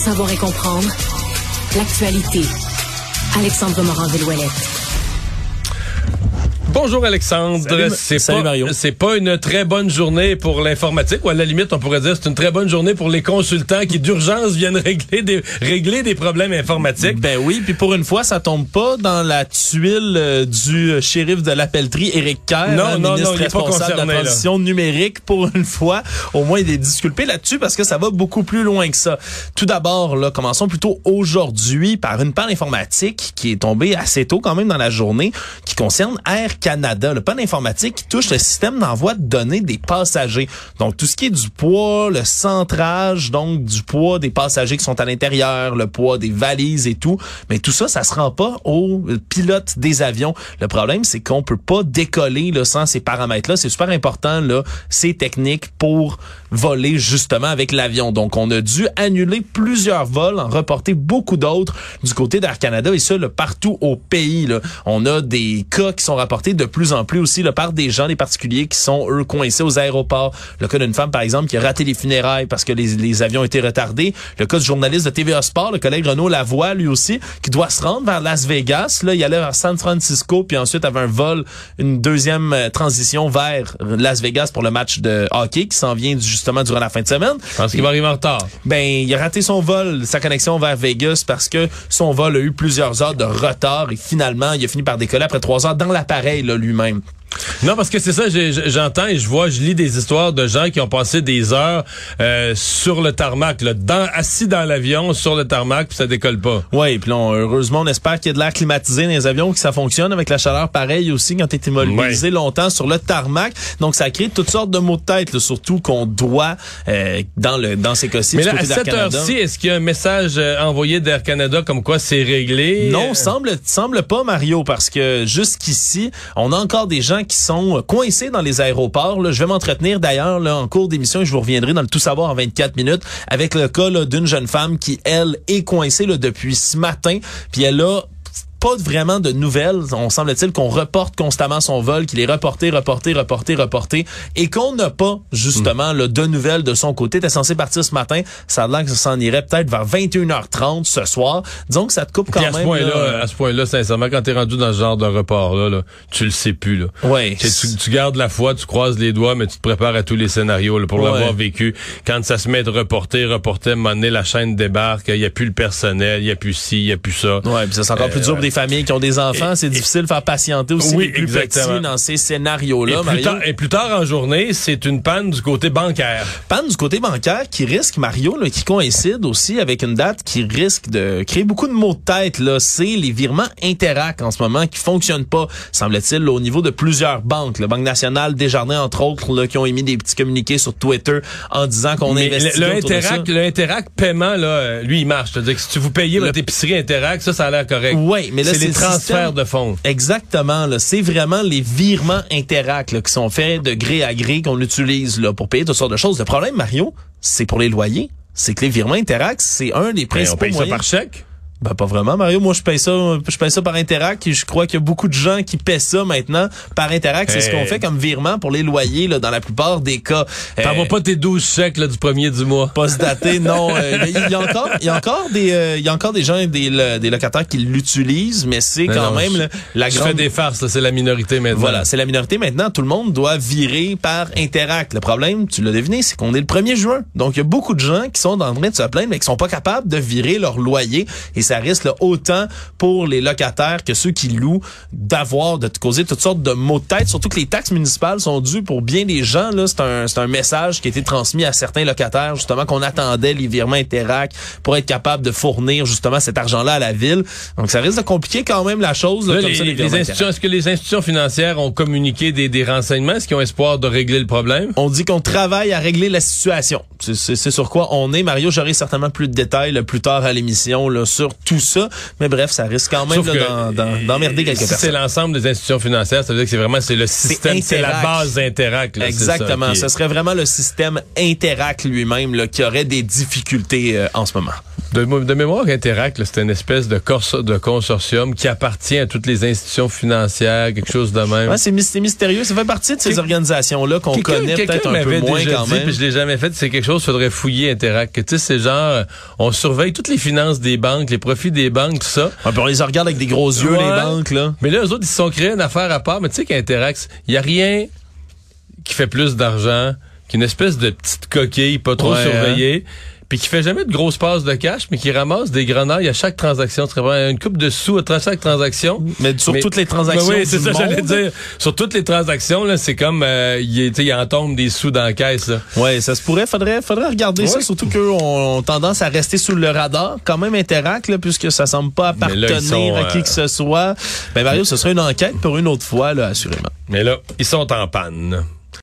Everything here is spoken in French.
savoir et comprendre l'actualité. Alexandre Morin-Villouellette. Bonjour Alexandre. Salut Mario. C'est pas une très bonne journée pour l'informatique, ou à la limite on pourrait dire c'est une très bonne journée pour les consultants qui d'urgence viennent régler des problèmes informatiques. Ben oui, puis pour une fois ça tombe pas dans la tuile du shérif de la pelleterie Éric Kerr, ministre responsable de la transition numérique. Pour une fois, au moins il est disculpé là-dessus parce que ça va beaucoup plus loin que ça. Tout d'abord, là, commençons plutôt aujourd'hui par une panne informatique qui est tombée assez tôt quand même dans la journée, qui concerne Air Canada, le panne informatique qui touche le système d'envoi de données des passagers. Donc, tout ce qui est du poids, le centrage, donc du poids des passagers qui sont à l'intérieur, le poids des valises et tout. Mais tout ça, ça se rend pas aux pilotes des avions. Le problème, c'est qu'on peut pas décoller là, sans ces paramètres-là. C'est super important, là, ces techniques pour voler justement avec l'avion. Donc, on a dû annuler plusieurs vols, en reporter beaucoup d'autres du côté d'Air Canada et ça, là, partout au pays. Là. On a des cas qui sont rapportés de plus en plus aussi là, par des gens, des particuliers qui sont, eux, coincés aux aéroports. Le cas d'une femme, par exemple, qui a raté les funérailles parce que les avions étaient retardés. Le cas du journaliste de TVA Sport, le collègue Renaud Lavoie, lui aussi, qui doit se rendre vers Las Vegas. Là, il allait vers San Francisco, puis ensuite avait un vol, une deuxième transition vers Las Vegas pour le match de hockey qui s'en vient justement durant la fin de semaine. Je pense qu'il va arriver en retard. Ben, il a raté son vol, sa connexion vers Vegas parce que son vol a eu plusieurs heures de retard et finalement, il a fini par décoller après 3 heures dans l'appareil là, lui-même. Non, parce que c'est ça, j'entends et je lis des histoires de gens qui ont passé des heures sur le tarmac, là, assis dans l'avion, sur le tarmac, puis ça décolle pas. Oui, puis là, heureusement, on espère qu'il y a de l'air climatisé dans les avions, que ça fonctionne avec la chaleur pareille aussi quand t'es immobilisé longtemps sur le tarmac. Donc, ça crée toutes sortes de maux de tête, là, surtout qu'on doit, dans ces cas-ci, mais là, à cette heure-ci, est-ce qu'il y a un message envoyé d'Air Canada comme quoi c'est réglé? Non, semble pas, Mario, parce que jusqu'ici, on a encore des gens qui sont coincés dans les aéroports. Là. Je vais m'entretenir d'ailleurs là, en cours d'émission et je vous reviendrai dans le Tout savoir en 24 minutes avec le cas là, d'une jeune femme qui, elle, est coincée là, depuis ce matin. Puis elle a pas vraiment de nouvelles. On semble-t-il qu'on reporte constamment son vol, qu'il est reporté et qu'on n'a pas, justement, là, de nouvelles de son côté. T'es censé partir ce matin. Ça a l'air que ça s'en irait peut-être vers 21h30 ce soir. Disons que ça te coupe quand même. À ce point-là, sincèrement, quand t'es rendu dans ce genre de report-là, tu le sais plus, là. Ouais. Tu gardes la foi, tu croises les doigts, mais tu te prépares à tous les scénarios, là, pour l'avoir vécu. Quand ça se met de reporter, à un moment donné, la chaîne débarque, il y a plus le personnel, il y a plus ci, il y a plus ça. Ouais, puis ça c'est encore plus dur pour des familles qui ont des enfants, c'est difficile de faire patienter aussi les plus petits dans ces scénarios-là. Et plus tard en journée, c'est une panne du côté bancaire. Panne du côté bancaire qui risque, Mario, là, qui coïncide aussi avec une date qui risque de créer beaucoup de maux de tête. Là, c'est les virements Interac en ce moment qui fonctionnent pas, semble-t-il, là, au niveau de plusieurs banques. La Banque nationale, Desjardins, entre autres, là, qui ont émis des petits communiqués sur Twitter en disant qu'on investit le Interac paiement, là, lui, il marche. C'est-à-dire que si vous payez votre épicerie Interac, ça a l'air correct. Oui, mais là, c'est les transferts de fonds. Exactement. Là, c'est vraiment les virements Interac là, qui sont faits de gré à gré qu'on utilise là, pour payer toutes sortes de choses. Le problème, Mario, c'est pour les loyers. C'est que les virements Interac, c'est un des principaux moyens. On paye ça par chèque? Ben pas vraiment, Mario. Moi, je paye ça par Interac et je crois qu'il y a beaucoup de gens qui paient ça maintenant par Interac. C'est ce qu'on fait comme virement pour les loyers là, dans la plupart des cas. T'envoies pas tes 12 chèques là, du premier du mois. Pas se dater, non. Il y a encore des gens, des locataires qui l'utilisent, mais c'est quand même la grande... Je fais des farces, là, c'est la minorité maintenant. Voilà, c'est la minorité maintenant. Tout le monde doit virer par Interac. Le problème, tu l'as deviné, c'est qu'on est le 1er juin. Donc, il y a beaucoup de gens qui sont en train de se plaindre, mais qui sont pas capables de virer leur loyer. Et ça risque là, autant pour les locataires que ceux qui louent de causer toutes sortes de maux de tête. Surtout que les taxes municipales sont dues pour bien des gens. Là, c'est un message qui a été transmis à certains locataires, justement, qu'on attendait les virements Interac pour être capable de fournir justement cet argent-là à la ville. Donc, ça risque de compliquer quand même la chose. Là, comme ça, les institutions, est-ce que les institutions financières ont communiqué des renseignements? Est-ce qu'ils ont espoir de régler le problème? On dit qu'on travaille à régler la situation. C'est sur quoi on est. Mario, j'aurai certainement plus de détails là, plus tard à l'émission là, sur tout ça. Mais bref, ça risque quand même d'emmerder quelques personnes. C'est l'ensemble des institutions financières, ça veut dire que c'est le système, c'est la base Interac. Là, exactement. C'est ça, ce serait vraiment le système Interac lui-même là, qui aurait des difficultés en ce moment. De mémoire, Interact, là, c'est une espèce de consortium qui appartient à toutes les institutions financières, quelque chose de même. Ouais, c'est mystérieux. Ça fait partie de ces organisations-là qu'on connaît peut-être un peu moins quand même. Puis je l'ai jamais fait. C'est quelque chose, faudrait fouiller Interact. Tu sais, c'est genre, on surveille toutes les finances des banques, les profits des banques, tout ça. Ouais, puis on les regarde avec des gros yeux, les banques, là. Mais là, eux autres, ils se sont créés une affaire à part. Mais tu sais qu'Interact, il y a rien qui fait plus d'argent qu'une espèce de petite coquille pas trop surveillée. Puis qui fait jamais de grosses passes de cash, mais qui ramasse des grenailles à chaque transaction. Tu vois, une coupe de sous à chaque transaction. Mais sur toutes les transactions. Oui, c'est ça, j'allais dire. Sur toutes les transactions, là, c'est comme, il en tombe des sous dans la caisse, là. Ouais, ça se pourrait. Faudrait regarder ça. Surtout qu'eux ont tendance à rester sous le radar. Quand même Interact, là, puisque ça semble pas appartenir à qui que ce soit. Ben, Mario, ce serait une enquête pour une autre fois, là, assurément. Mais là, ils sont en panne.